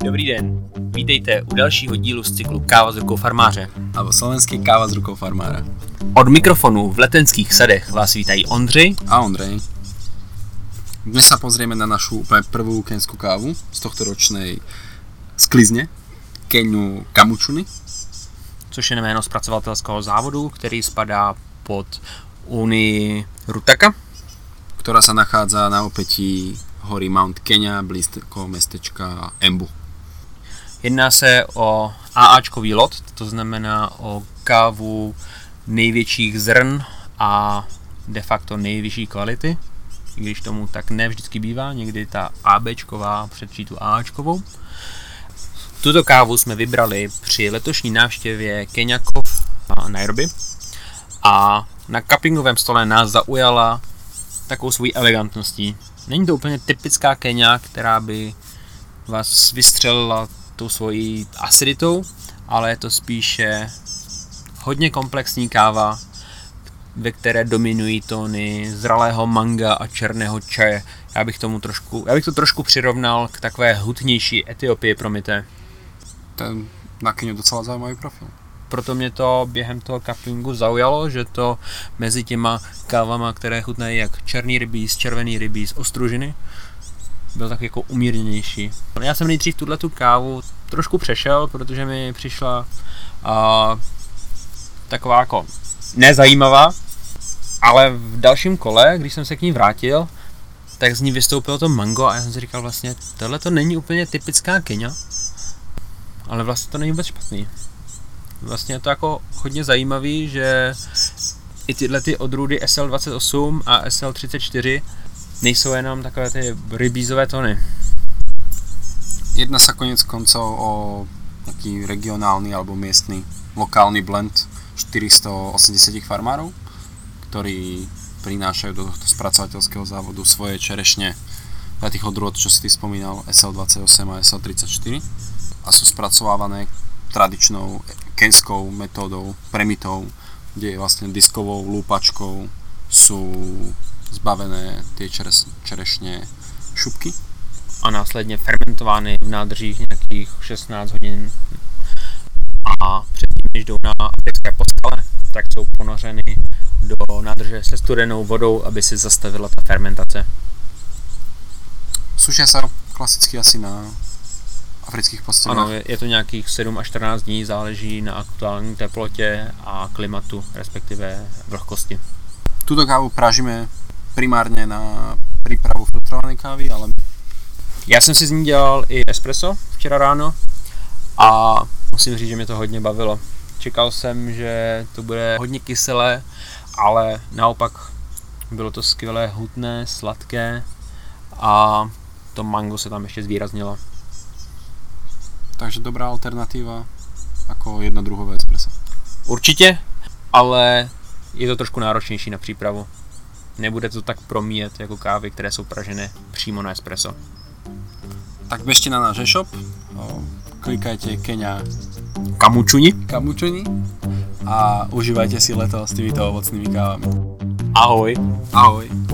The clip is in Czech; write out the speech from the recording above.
Dobrý den, vítejte u dalšího dílu z cyklu Káva s rukou farmáře. Alebo slovenský káva s rukou farmára. Od mikrofonu v Letenských sadech vás vítají Ondřej a Ondrej. Dnes sa pozrieme na našu úplne prvú kenskú kávu z tohto ročnej sklizně, Kenu Kamučuny. Což je jméno zpracovatelského závodu, který spadá pod Unii Rutaka, ktorá sa nachádza na opätí hory Mount Kenya blízko mestečka Embu. Jedná se o AAčkový lot, to znamená o kávu největších zrn a de facto nejvyšší kvality, i když tomu tak ne vždycky bývá, někdy ta ABčková předčí tu AAčkovou. Tuto kávu jsme vybrali při letošní návštěvě Keňakov a Nairobi a na cuppingovém stole nás zaujala takovou svojí elegantností. Není to úplně typická Kenya, která by vás vystřelila tou svojí aciditou, ale je to spíše hodně komplexní káva, ve které dominují tóny zralého manga a černého čaje. Já bych to trošku přirovnal k takové hutnější Etiopii, promiňte. Ten na Keniu docela zajímavý profil. Proto mě to během toho cuppingu zaujalo, že to mezi těma kávama, které chutnají jak černý rybíz, červený rybíz, ostružiny, byl tak jako umírněnější. Já jsem nejdřív tuhletu kávu trošku přešel, protože mi přišla taková jako nezajímavá, ale v dalším kole, když jsem se k ní vrátil, tak z ní vystoupilo to mango a já jsem si říkal vlastně, tohle to není úplně typická Kenya, ale vlastně to není vůbec špatný. Vlastně je to jako hodně zajímavý, že i tyhle ty odrůdy SL28 a SL34 nejsou jenom takové ty rybízové tóny. Jedná sa konec koncov o taký regionálny alebo miestny lokálny blend 480 farmárov, ktorí prinášajú do tohto spracovateľského závodu svoje čerešne na tých odrôd, čo si ty spomínal, SL28 a SL34 a sú spracovávané tradičnou kenskou metódou, premitou, kde vlastne diskovou lúpačkou sú zbavené tie čerešně šupky. A následně fermentovány v nádržích nějakých 16 hodin. A předtím, než jdou na africké postele, tak jsou ponořeny do nádrže se studenou vodou, aby si zastavila ta fermentace. Sušia sa klasicky asi na afrických postelách. Ano, je to nějakých 7 až 14 dní, záleží na aktuální teplotě a klimatu, respektive vlhkosti. Tuto kávu pražíme primárně na přípravu filtrované kávy, ale... Já jsem si z ní dělal i espresso včera ráno a musím říct, že mě to hodně bavilo. Čekal jsem, že to bude hodně kyselé, ale naopak bylo to skvělé, hutné, sladké a to mango se tam ještě zvýraznilo. Takže dobrá alternativa jako jednodruhové espresso. Určitě, ale je to trošku náročnější na přípravu. Nebude to tak promíjet jako kávy, které jsou pražené přímo na espresso. Tak běžte na náš e-shop, klikajte Kenia Kamučuni a užívajte si leto s týmito ovocnými kávami. Ahoj. Ahoj.